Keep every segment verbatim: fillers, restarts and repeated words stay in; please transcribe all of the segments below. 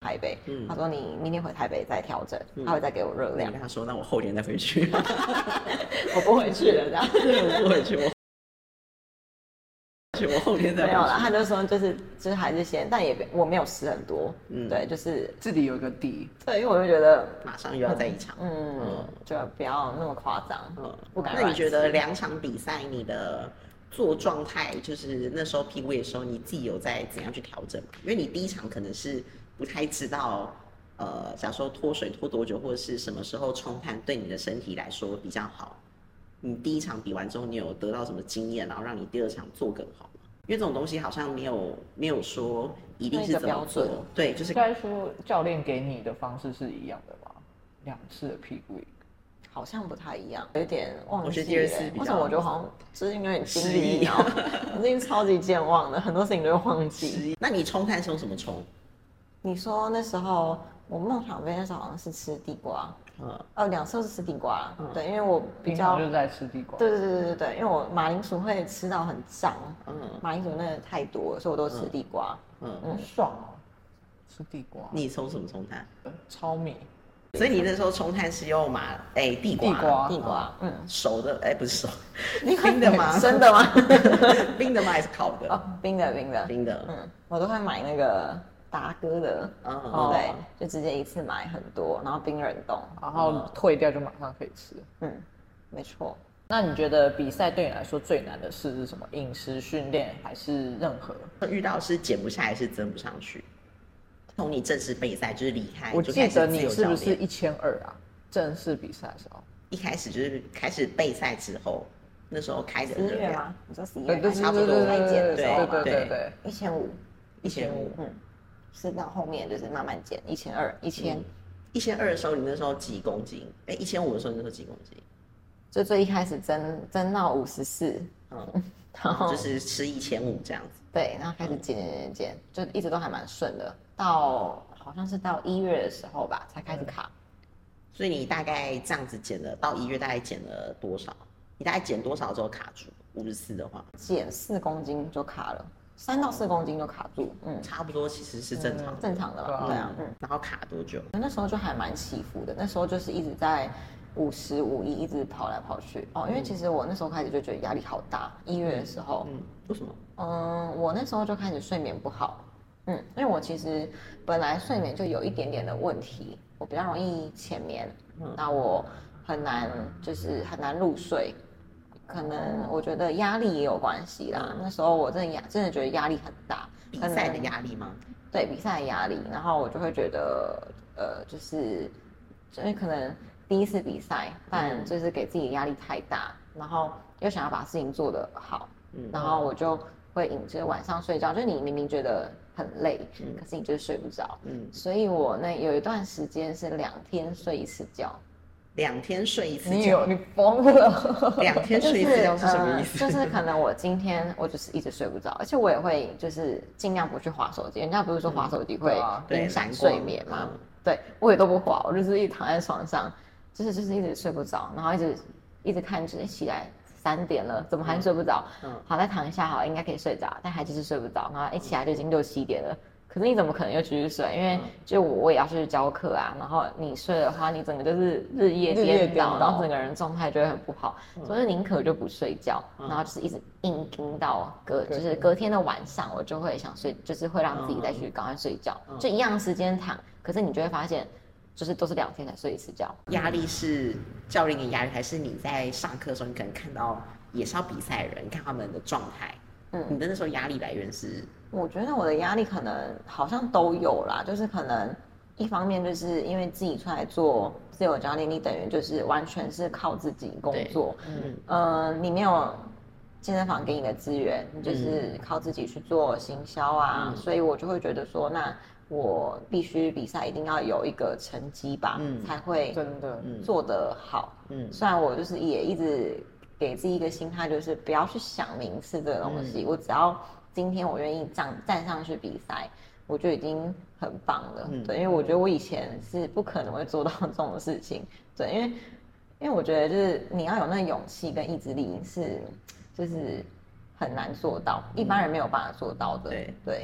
台北，嗯、他说你明天回台北再调整， 嗯、 他会再给我热量。 你跟他说，那我后天再回去。 我不回去了，这样。 对，我不回去，我。我后天再没有啦，他就说就是就是还是先，但也我没有吃很多，嗯，对，就是自己有一个底， 对，因为我就觉得马上又要再一场， 嗯，嗯就不要那么夸张，嗯，不敢。 那你觉得两场比赛你的做状态，就是那时候 P 五的时候，你自己有在怎样去调整吗？因为你第一场可能是不太知道，呃，假如说脱水脱多久，或者是什么时候冲碳对你的身体来说比较好。你第一场比完之后，你有得到什么经验，然后让你第二场做更好吗？因为这种东西好像没有没有说一定是怎么做，对，就是应该说教练给你的方式是一样的吧？两次的 P 五好像不太一样，有点忘记了。 我觉得第二次比较， 为什么我觉得好像最近有点精力脑，我最近超级健忘的，很多事情都会忘记。 那你冲碳是用什么冲？ 你说那时候我梦想杯那时候好像是吃地瓜。嗯，哦，两次都是吃地瓜，嗯、对，因为我比较就是在吃地瓜， 对对对对对对，因为我马铃薯会吃到很胀，嗯，马铃薯那个太多了，所以我都吃地瓜， 嗯嗯，爽哦，吃地瓜。 你冲什么冲碳？ 糙米。 所以你那时候冲碳是用马哎地瓜， 地瓜， 地瓜，嗯， 熟的哎不是熟，冰的吗？ 生的吗？ 冰的吗还是烤的？ 哦，冰的冰的冰的， 嗯，我都会买那个。达哥的，哦，对，就直接一次买很多，然后冰冷冻， 然后退掉就马上可以吃。 嗯，没错。 那你觉得比赛对你来说最难的事是什么？饮食训练还是任何？ 遇到是减不下来，是增不上去。从你正式备赛就是离开， 我记得你是不是一千二啊？正式比赛的时候， 一开始就是开始备赛之后，那时候开的热量吗？你说十一月差不多开减的时候对对对对， 一千五， 一千五， 嗯。是到后面就是慢慢减，一千二、一千、 一千二的时候，你那时候几公斤？哎，一千五的时候，你那时候几公斤？ 就最一开始增增到五十四，嗯， 然后就是吃一千五这样子。 对，然后开始减减减减，就一直都还蛮顺的。到好像是到一月的时候吧，才开始卡。 所以你大概这样子减了，到一月大概减了多少？你大概减多少之后卡住？五十四的话， 减四公斤就卡了。三到四公斤就卡住， 嗯，差不多其实是正常、嗯、 正常的吧，对啊，嗯， 然后卡多久？ 那时候就还蛮起伏的，那时候就是一直在五十五一一直跑来跑去哦，因为其实我那时候开始就觉得压力好大，一月的时候， 嗯，为什么？ 嗯，我那时候就开始睡眠不好，嗯，因为我其实本来睡眠就有一点点的问题，我比较容易浅眠，嗯，那我很难就是很难入睡。可能我觉得压力也有关系啦。那时候我真的压，真的觉得压力很大。 比赛的压力吗？ 对，比赛的压力。然后我就会觉得，呃，就是，因为可能第一次比赛，但就是给自己压力太大，然后又想要把事情做得好，嗯，然后我就会引致晚上睡觉，就是你明明觉得很累，嗯，可是你就是睡不着，嗯，所以我那有一段时间是两天睡一次觉。 两天睡一次觉， 你有你疯了？ 两天睡一次觉是什么意思？ 就是、呃、就是可能我今天我就是一直睡不着，而且我也会就是尽量不去滑手机。人家不是说滑手机会影响睡眠吗？嗯、对, 对我也都不滑，我就是一直躺在床上，就是就是一直睡不着，然后一直一直看，就是起来三点了，怎么还睡不着？嗯，好，再躺一下好，应该可以睡着，但还就是睡不着，然后一起来就已经六七点了。可是你怎么可能又继续睡？因为就我我也要去教课啊，然后你睡的话，你整个就是日夜颠倒，然后整个人状态就会很不好，嗯、所以宁可就不睡觉，嗯、然后就是一直硬盯到隔就是隔天的晚上，我就会想睡，就是会让自己再去赶快睡觉，嗯、就一样时间躺，可是你就会发现，就是都是两天才睡一次觉。 压力是教练的压力，还是你在上课的时候，你可能看到也是要比赛的人，你看他们的状态，嗯，你的那时候压力来源是？ 我觉得我的压力可能好像都有啦，就是可能一方面就是因为自己出来做自由教练，你等于就是完全是靠自己工作，嗯，呃，你没有健身房给你的资源，你就是靠自己去做行销啊，嗯、所以我就会觉得说，那我必须比赛一定要有一个成绩吧，嗯、才会真的做得好，嗯，虽然我就是也一直给自己一个心态，就是不要去想名次这个东西，嗯、我只要。今天我愿意站站上去比赛，我就已经很棒了。嗯、对，因为我觉得我以前是不可能会做到这种事情。对，因为因为我觉得就是你要有那勇气跟意志力是就是很难做到，一般人没有办法做到的。 对对。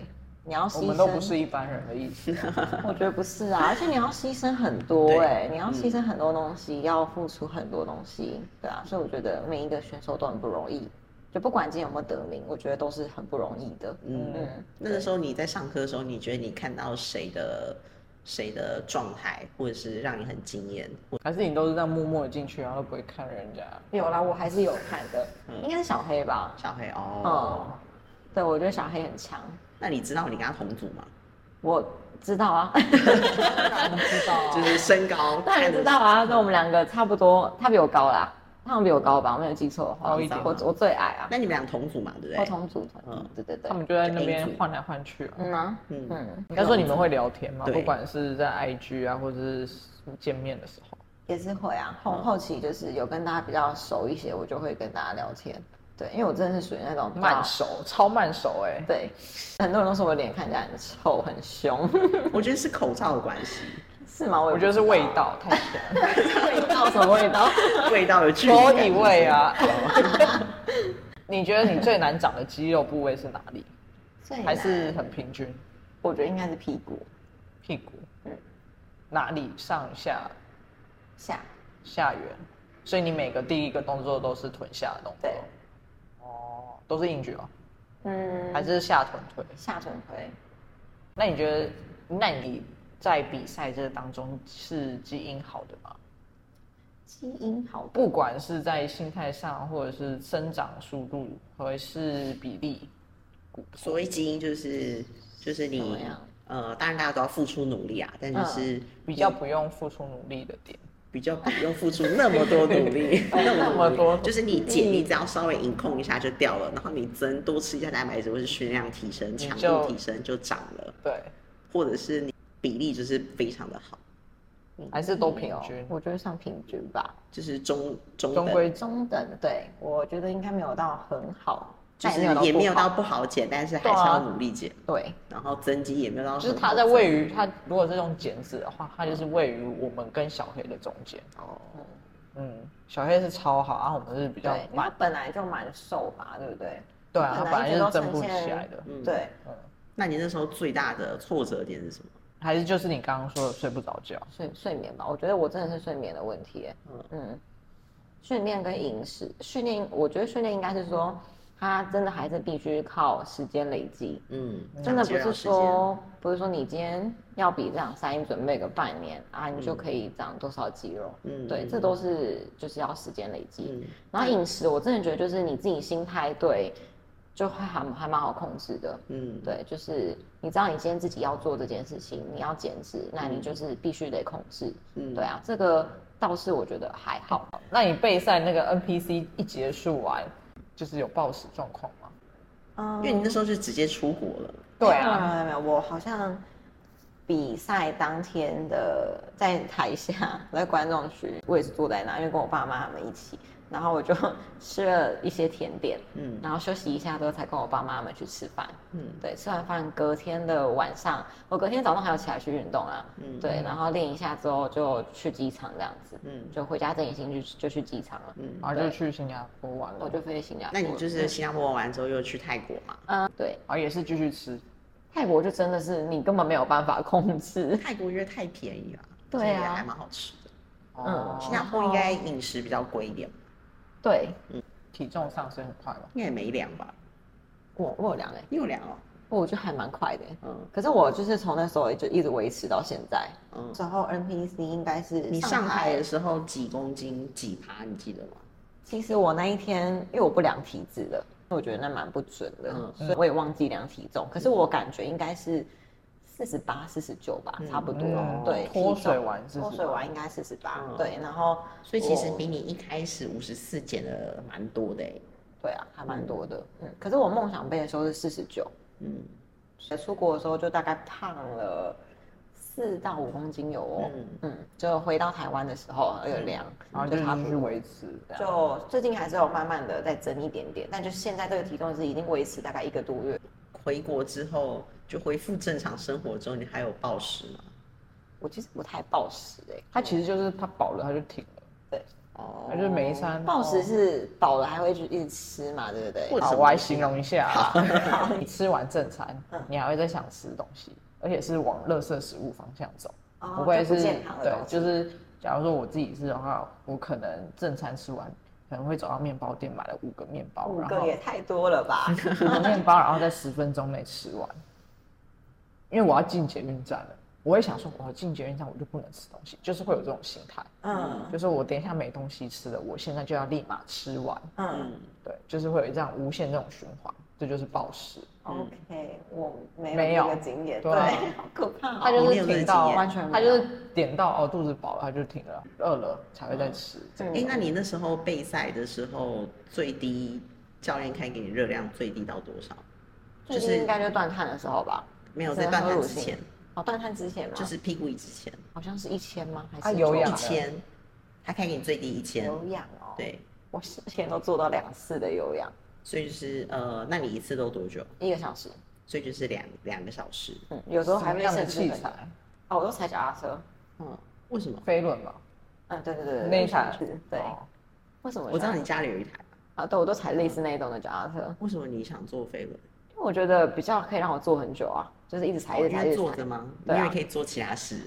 你要牺牲， 我们都不是一般人的意思。 我觉得不是啊，而且你要牺牲很多哎、欸，你要牺牲很多东西，嗯、要付出很多东西，对啊，所以我觉得每一个选手都很不容易，就不管今天有没有得名，我觉得都是很不容易的。 嗯，嗯那个时候你在上课的时候，你觉得你看到谁的谁的状态，或者是让你很惊艳， 还是你都是这样默默的进去，然后都不会看人家？ 有啦，我还是有看的，嗯、应该是小黑吧？ 小黑哦， 嗯，对，我觉得小黑很强。 那你知道你跟他同组吗？ 我知道啊，当然知道啊， 就是身高， 当然知道啊。那我们两个差不多，他比我高啦，他好像比我高吧，我没有记错的话。 高一点。 我我最矮啊。 那你们俩同组嘛，对不对？ 我同组，同组，对对对。 他们就在那边换来换去啊。 嗯啊，嗯嗯。 应该说你们会聊天吗？不管是在 I G 啊，或者是见面的时候。 也是会啊，后后期就是有跟大家比较熟一些，我就会跟大家聊天。对，因为我真的是属于那种慢熟，超慢熟哎、欸。 对，很多人都说我脸看起来很臭、很凶。 我觉得是口罩的关系。 是吗？我, 我觉得是味道太香。 味道什么味道？ 味道的距离。 所以味啊。你觉得你最难长的肌肉部位是哪里？还是很平均？ 我觉得应该是屁股。 屁股。嗯。哪里？上下。 下。 下缘。所以你每个第一个动作都是臀下的动作。 对。 哦，都是硬举哦。 嗯。 还是下臀推？ 下臀推。 那你觉得，那你在比赛这当中是基因好的吗？ 基因好， 不管是在心态上，或者是生长速度，或是比例。 所谓基因就是就是你呃，当然大家都要付出努力啊，但就是、嗯、 比较不用付出努力的点。 比较不用付出那么多努力， 那么多， 就是你减，你只要稍微隐控一下就掉了，然后你增多吃一下蛋白质或是训练量提升、强度提升就长了。 对， 或者是你比例就是非常的好， 还是都平均？ 我觉得算平均吧， 就是中中中规中等。对，我觉得应该没有到很好。 就是也没有到不好减，但是还是要努力减。 对， 然后增肌也没有到。 就是它在位于它如果是用减脂的话，它就是位于我们跟小黑的中间。哦，嗯，小黑是超好，然后我们是比较慢。 他本来就蛮瘦吧，对不对？ 对啊，他本来就是增不起来的。 嗯，对。 嗯，那你那时候最大的挫折点是什么？ 还是就是你刚刚说的睡不着觉？ 睡睡眠吧，我觉得我真的是睡眠的问题。嗯嗯，训练跟饮食，训练我觉得训练应该是说。它真的还是必须靠时间累积，嗯，真的不是说不是说你今天要比这样赛，你准备个半年啊，你就可以长多少肌肉，嗯，对，这都是就是要时间累积。嗯、然后饮食，我真的觉得就是你自己心态对，就还还还蛮好控制的，嗯，对，就是你知道你今天自己要做这件事情，你要减脂，那你就是必须得控制，嗯，对啊，这个倒是我觉得还好。 那你备赛那个 N P C 一结束完。就是有暴食状况吗？ 嗯，因为你那时候就直接出国了。 对啊，没有没有，我好像比赛当天的在台下，我在观众区，我也是坐在那，因为跟我爸妈他们一起，然后我就吃了一些甜点，嗯，然后休息一下之后才跟我爸妈们去吃饭，嗯，对，吃完饭隔天的晚上，我隔天早上还要起来去运动啊，嗯，对，然后练一下之后就去机场这样子，嗯，就回家整理心就就去机场了，嗯， 然后就去新加坡玩了， 我就飞新加坡。 那你就是新加坡玩完之后又去泰国嘛？ 嗯，对， 然后也是继续吃。 泰国就真的是你根本没有办法控制， 泰国因为太便宜了， 对啊， 还蛮好吃的。嗯，新加坡应该饮食比较贵一点。 对， 嗯，体重上升很快吗？ 应该也没量吧？ 我我有量哎， 你有量哦？ 我觉得还蛮快的，嗯。可是我就是从那时候就一直维持到现在，嗯。之后 N P C 应该是你上台的时候几公斤几趴，你记得吗？ 其实我那一天因为我不量体脂的。我觉得那蛮不准的，嗯、所以我也忘记量体重。可是我感觉应该是四十八、四十九吧，嗯、差不多。嗯、对， 脱水完脱水完应该四十八。对，然后所以其实比你一开始五十四减了蛮多的哎。 对啊，还蛮多的。嗯，可是我梦想杯的时候是四十九。嗯，出国的时候就大概胖了四到五公斤有哦。嗯嗯，就回到台湾的时候有量， 然后就继续维持。 就最近还是有慢慢的在增一点点，但就是现在这个体重是已经维持大概一个多月。 回国之后就恢复正常生活之后，你还有暴食吗？ 我其实不太暴食哎、欸， 他其实就是他饱了他就停了。 对， 哦，就是每一餐暴食是饱了还会一直吃嘛，对不对？ 好，我来形容一下啦。你吃完正餐，你还会再想吃东西，而且是往垃圾食物方向走， 哦、 不会是不健康的东西。 对，就是假如说我自己是的话，我可能正餐吃完，可能会走到面包店买了五个面包， 五个也太多了吧？ 五个面包，然后在十分钟内吃完，因为我要进捷运站了。我会想说，我进捷运站我就不能吃东西，就是会有这种心态。嗯，就是我等一下没东西吃了，我现在就要立马吃完。嗯，对，就是会有这样无限这种循环，这就是暴食。 OK， 我没有这个经验，对， 对好可怕、哦。 他就是停到完全， 他就是点到哦肚子饱了，他就停了，饿了才会再吃。哎、 嗯欸，那你那时候备赛的时候，最低教练开给你热量最低到多少？ 就是应该就断碳的时候吧？ 没有，在断碳之前。 哦，断碳之前吗？ 就是屁股椅之前， 好像是一千吗？还是啊有氧一千？他开给你最低一千。 有氧哦。 对， 我之前都做到两次的有氧。 所以就是呃，那你一次都多久？ 一个小时。 所以就是两两个小时。 嗯，有时候还会甚至器材。 哦，我都踩脚踏车。 嗯，为什么？ 飞轮吧。 嗯，对对对对。 那一台。 对。为什么？ 我知道你家里有一台。 啊，对，我都踩类似那一种的脚踏车。 为什么你想做飞轮？ 因为我觉得比较可以让我坐很久啊。就是一直踩，一直踩，一直坐着吗？你也可以做其他事，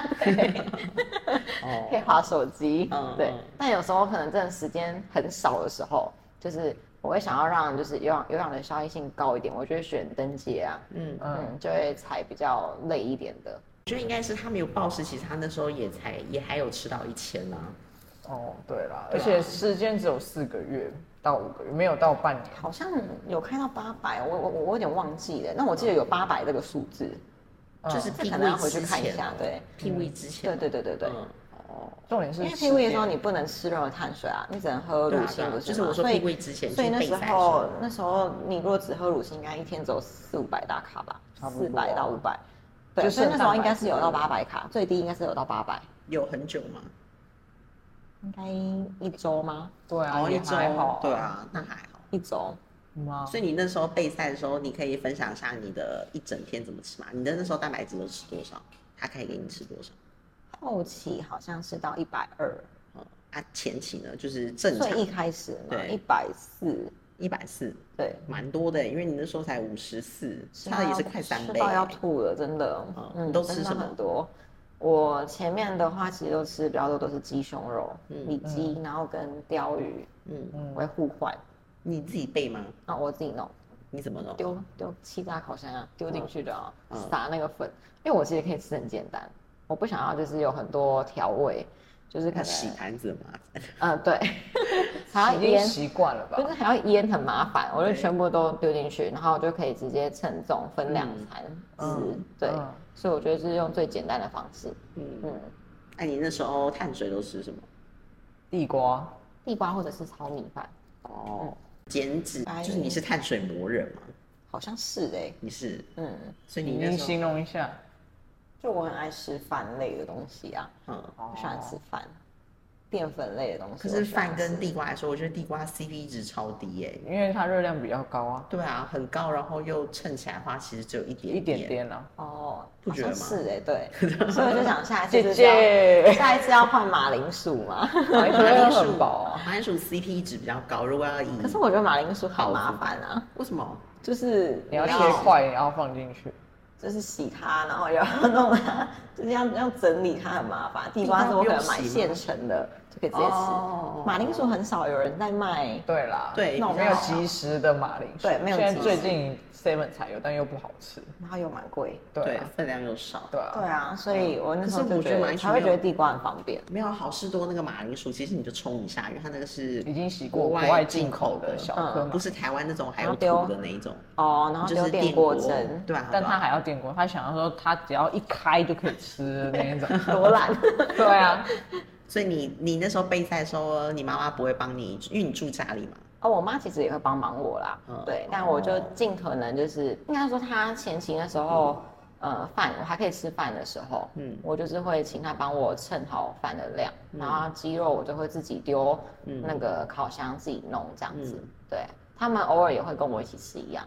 可以滑手机，对。但有时候可能真的时间很少的时候，就是我会想要让就是有氧有氧的效益性高一点，我就会选登阶啊，嗯嗯，就会踩比较累一点的。 我觉得应该是他没有暴食，其实他那时候也才也还有吃到一千啊。 哦，对啦，而且时间只有四个月。到五个月没有到半年， 好像有开到八百，我我我有点忘记了。那我记得有八百这个数字， 嗯、就是可能要回去看一下。对 ，P V 之前， 对对对对对。 嗯、 哦，重点是因为 P V 的时候你不能吃任何碳水啊，你只能喝乳清，不是？ 就是我说 P V 之前， 所以那时候那时候你如果只喝乳清，应该一天只有四五百大卡吧，四百到五百。对，所以那时候应该是有到八百卡，最低应该是有到八百。 有很久吗？ 应该一周吗？ 对啊， 一周还好。 对啊，那还好。 一周。 所以你那时候备赛的时候，你可以分享一下你的一整天怎么吃嘛？你的那时候蛋白质都吃多少？他可以给你吃多少？ 后期好像是到一百二。 嗯，啊，前期呢就是正常。 最一开始嘛，一百四。 一百四， 对， 蛮多的，因为你那时候才五十四，差的也是快三倍。 吃到要吐了，真的。 嗯，你都吃什么？ 很多。我前面的话其实都吃比较多，都是鸡胸肉、里脊，然后跟鲷鱼，嗯嗯，会互换。 你自己备吗？ 啊，我自己弄。 你怎么弄？ 丢丢气炸烤箱啊，丢进去就好，撒那个粉。因为我其实可以吃很简单，我不想要就是有很多调味，就是可能洗盘子很麻烦。 嗯，对，还要腌， 习惯了吧？ 就是还要腌很麻烦，我就全部都丢进去，然后就可以直接称重分两餐吃。对，所以我觉得是用最简单的方式。嗯嗯， 哎，你那时候碳水都吃什么？ 地瓜， 地瓜或者是糙米饭。 哦，减脂就是你是碳水魔人吗？ 好像是哎， 你是， 嗯， 所以你你形容一下， 就我很爱吃饭类的东西啊，嗯，我喜欢吃饭，淀粉类的东西。 可是饭跟地瓜来说，我觉得地瓜 C P 值超低耶， 因为它热量比较高啊。 对啊，很高，然后又称起来的话，其实只有一点一点点啊。 哦， 不觉得吗？ 是哎，对，所以我就想下一次姐姐， 下一次要换马铃薯嘛， 马铃薯很饱啊， 马铃薯 C P 值比较高，如果要以， 可是我觉得马铃薯好麻烦啊。 为什么？ 就是你要切块，然后放进去。 就是洗它，然后要弄它，就是要要整理它很麻烦。地瓜是我可能买现成的就可以直接吃。哦、马铃薯很少有人在卖。 对啦， 对， 那没有即食的马铃薯。 对，没有。 现在最近 seven 才有，但又不好吃， 然后又蛮贵。 对、啊，分量又少。 对啊。 对啊，所以我那时候就觉得才会觉得地瓜很方便。 没有好事多那个马铃薯，其实你就冲一下，因为它那个是已经洗过国外进口的小颗， 不是台湾那种还有土的那一种。 哦，然后丢电锅蒸， 对啊。 但他还要电锅，他想要说他只要一开就可以吃那一种， 多懒。 对啊。 所以你你那时候备赛的时候，你妈妈不会帮你，因为你住家里嘛。 哦，我妈其实也会帮忙我啦，嗯、对，但我就尽可能就是应该说，她前期的时候，嗯、呃，饭我还可以吃饭的时候，嗯，我就是会请她帮我称好饭的量，嗯、然后鸡肉我就会自己丢那个烤箱自己弄这样子，嗯、对，他们偶尔也会跟我一起吃一样，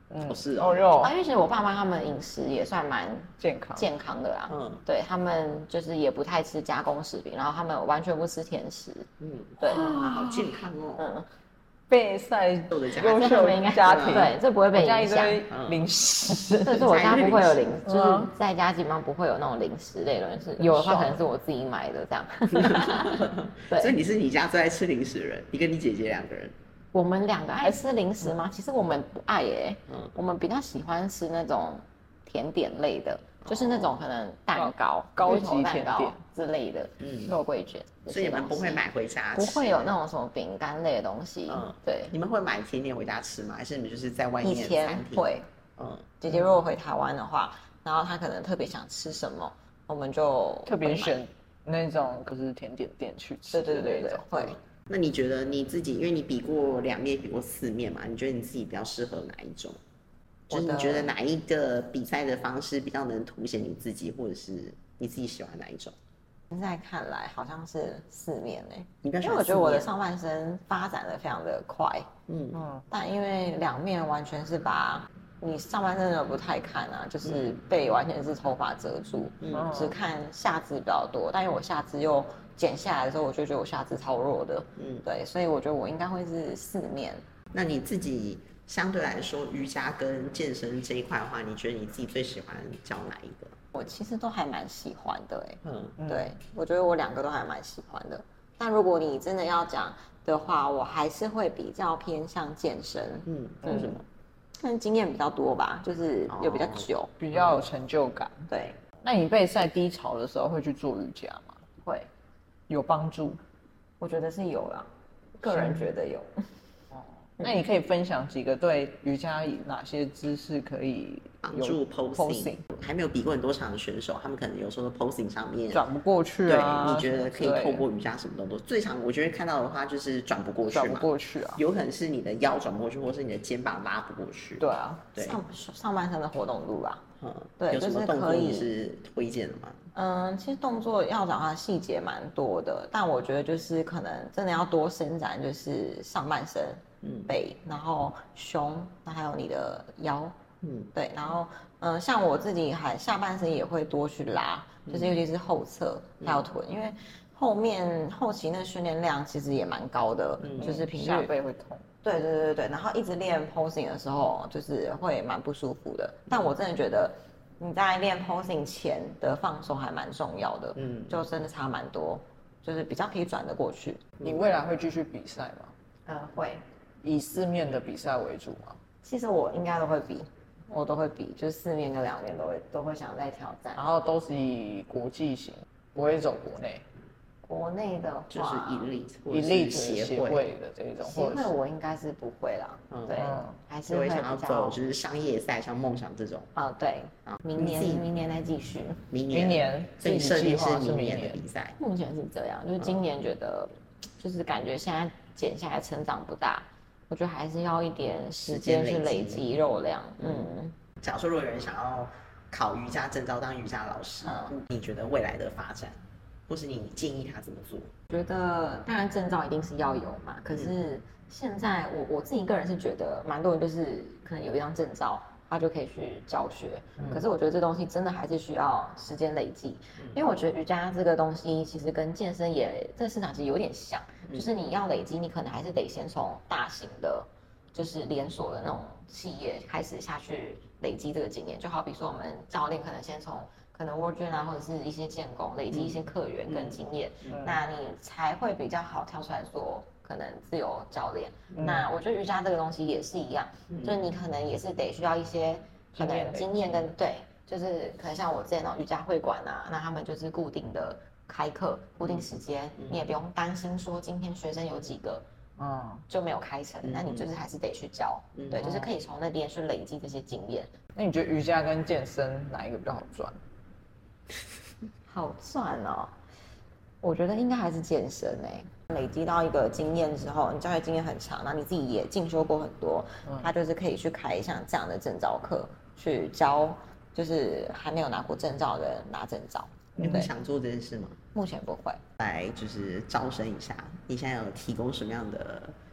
嗯，哦是哦哟， 啊，因为其实我爸妈他们饮食也算蛮健康健康的啦， 嗯， 对他们就是也不太吃加工食品，然后他们完全不吃甜食， 嗯， 对， 哇，好健康哦， 嗯， 备赛优这他秀们应该家庭， 对，这不会被我家一影响。 堆零食， 但是我家不会有零， 嗯就是在家基本上不会有那种零食类的，是有的话可能是我自己买的这样。对， 所以你是你家最爱吃零食的人，你跟你姐姐两个人。 我们两个爱吃零食吗？其实我们不爱耶、 嗯我们比较喜欢吃那种甜点类的，就是那种可能蛋糕、 高芋头级蛋糕甜点之类的， 嗯肉桂卷。 所以你们不会买回家吃？ 不会有那种什么饼干类的东西。 嗯， 对。 你们会买甜点回家吃吗？还是你们就是在外面以前餐厅？ 会。 嗯， 姐姐如果回台湾的话，然后她可能特别想吃什么，我们就特别选那种可是甜点店去吃。 对对对对，会。 那你觉得你自己，因为你比过两面，比过四面嘛，你觉得你自己比较适合哪一种？就是你觉得哪一个比赛的方式比较能凸显你自己，或者是你自己喜欢哪一种？ 现在看来好像是四面哎、欸， 你比较喜欢四面， 因为我觉得我的上半身发展的非常的快， 嗯嗯， 但因为两面完全是把你上半身的不太看啊，就是背完全是头发遮住，嗯，只看下肢比较多，但因为我下肢又剪下来的时候，我就觉得我下肢超弱的，嗯，对，所以我觉得我应该会是四面。 那你自己相对来说，瑜伽跟健身这一块的话，你觉得你自己最喜欢教哪一个？ 我其实都还蛮喜欢的、欸， 嗯， 对，我觉得我两个都还蛮喜欢的。但如果你真的要讲的话，我还是会比较偏向健身， 嗯， 为什么？可能经验比较多吧，就是有比较久， 哦、比较有成就感。 对， 那你备赛低潮的时候会去做瑜伽吗？ 会， 有帮助？ 我觉得是有啦，个人觉得有。 那你可以分享几个对瑜伽哪些姿势可以帮助 posing？, posing 还没有比过很多场的选手，他们可能有时候 posing 上面转不过去啊。 对，你觉得可以透过瑜伽什么动作？最常我觉得看到的话就是转不过去嘛， 转不过去啊， 有可能是你的腰转不过去，或是你的肩膀拉不过去。 对啊， 对， 上上半身的活动度啦。 嗯， 对， 有什么动作你是推荐的吗？ 嗯，其实动作要讲它细节蛮多的，但我觉得就是可能真的要多伸展，就是上半身。嗯，背，然后胸，那还有你的腰，嗯，对，然后嗯、呃，像我自己还下半身也会多去拉，就是尤其是后侧还有臀，因为后面后期那训练量其实也蛮高的，嗯、就是平下背会痛。 对对对对，然后一直练 posing 的时候，就是会蛮不舒服的。但我真的觉得你在练 posing 前的放松还蛮重要的，嗯，就真的差蛮多，就是比较可以转得过去。 你未来会继续比赛吗？ 嗯，会。 以四面的比赛为主吗？ 其实我应该都会比，我都会比，就是四面跟两面都会都会想再挑战。 然后都是以国际型，不会走国内。 国内的话， 就是elite elite 协会的这种， 协会我应该是不会啦。嗯，对，嗯、还是会想要走就是商业赛，像梦想这种。 哦，对，明年明年再继续。 明年， 明年所以设计是明年的比赛。 目前是这样，就是今年觉得，就是感觉现在减下来成长不大。我觉得还是要一点时间去累积肉量。嗯， 假如说如果有人想要考瑜伽证照当瑜伽老师，嗯、你觉得未来的发展，或是你建议他怎么做？ 觉得当然证照一定是要有嘛，可是现在我我自己个人是觉得，蛮多人就是可能有一张证照，他就可以去教学。嗯、可是我觉得这东西真的还是需要时间累积，嗯、因为我觉得瑜伽这个东西其实跟健身也这个市场其实有点像。就是你要累积，你可能还是得先从大型的，就是连锁的那种企业开始下去累积这个经验。就好比说，我们教练可能先从可能 World Gym 啊，或者是一些建工累积一些客源跟经验，嗯嗯、那你才会比较好跳出来说可能自由教练。嗯、那我觉得瑜伽这个东西也是一样，嗯、就是你可能也是得需要一些可能经验跟对，就是可能像我之前那种瑜伽会馆啊，那他们就是固定的。开课固定时间，嗯、你也不用担心说今天学生有几个，嗯，就没有开成，嗯、那你就是还是得去教，嗯、对，就是可以从那边去累积这些经验。 那你觉得瑜伽跟健身哪一个比较好赚？ 好赚哦，我觉得应该还是健身诶、欸。累积到一个经验之后，你教学经验很长，那你自己也进修过很多，嗯、他就是可以去开像这样的证照课，去教就是还没有拿过证照的人拿证照。 你会想做这件事吗？ 目前不会。 来就是招生一下，你现在有提供什么样的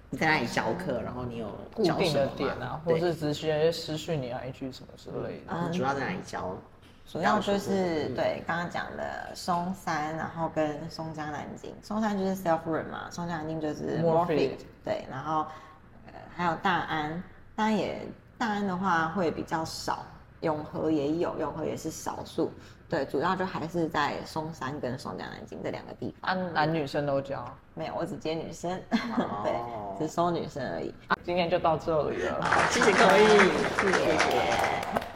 你在那里教课，然后你有固教定的什么吗？ 点啊，或是直接私讯你 I G 什么之类的。 你主要在哪里教？ 主要就是对刚刚讲的松山，然后跟松江南京。松山就是 self run 嘛，松江南京就是 Morphic， 对，然后呃还有大安，当然也大安的话会比较少，永和也有，永和也是少数。对，主要就还是在松山跟松江南京这两个地方。 啊，男女生都教？ 没有，我只接女生，哦、对，只收女生而已。 今天就到这里了， 好，谢谢各位， 谢谢。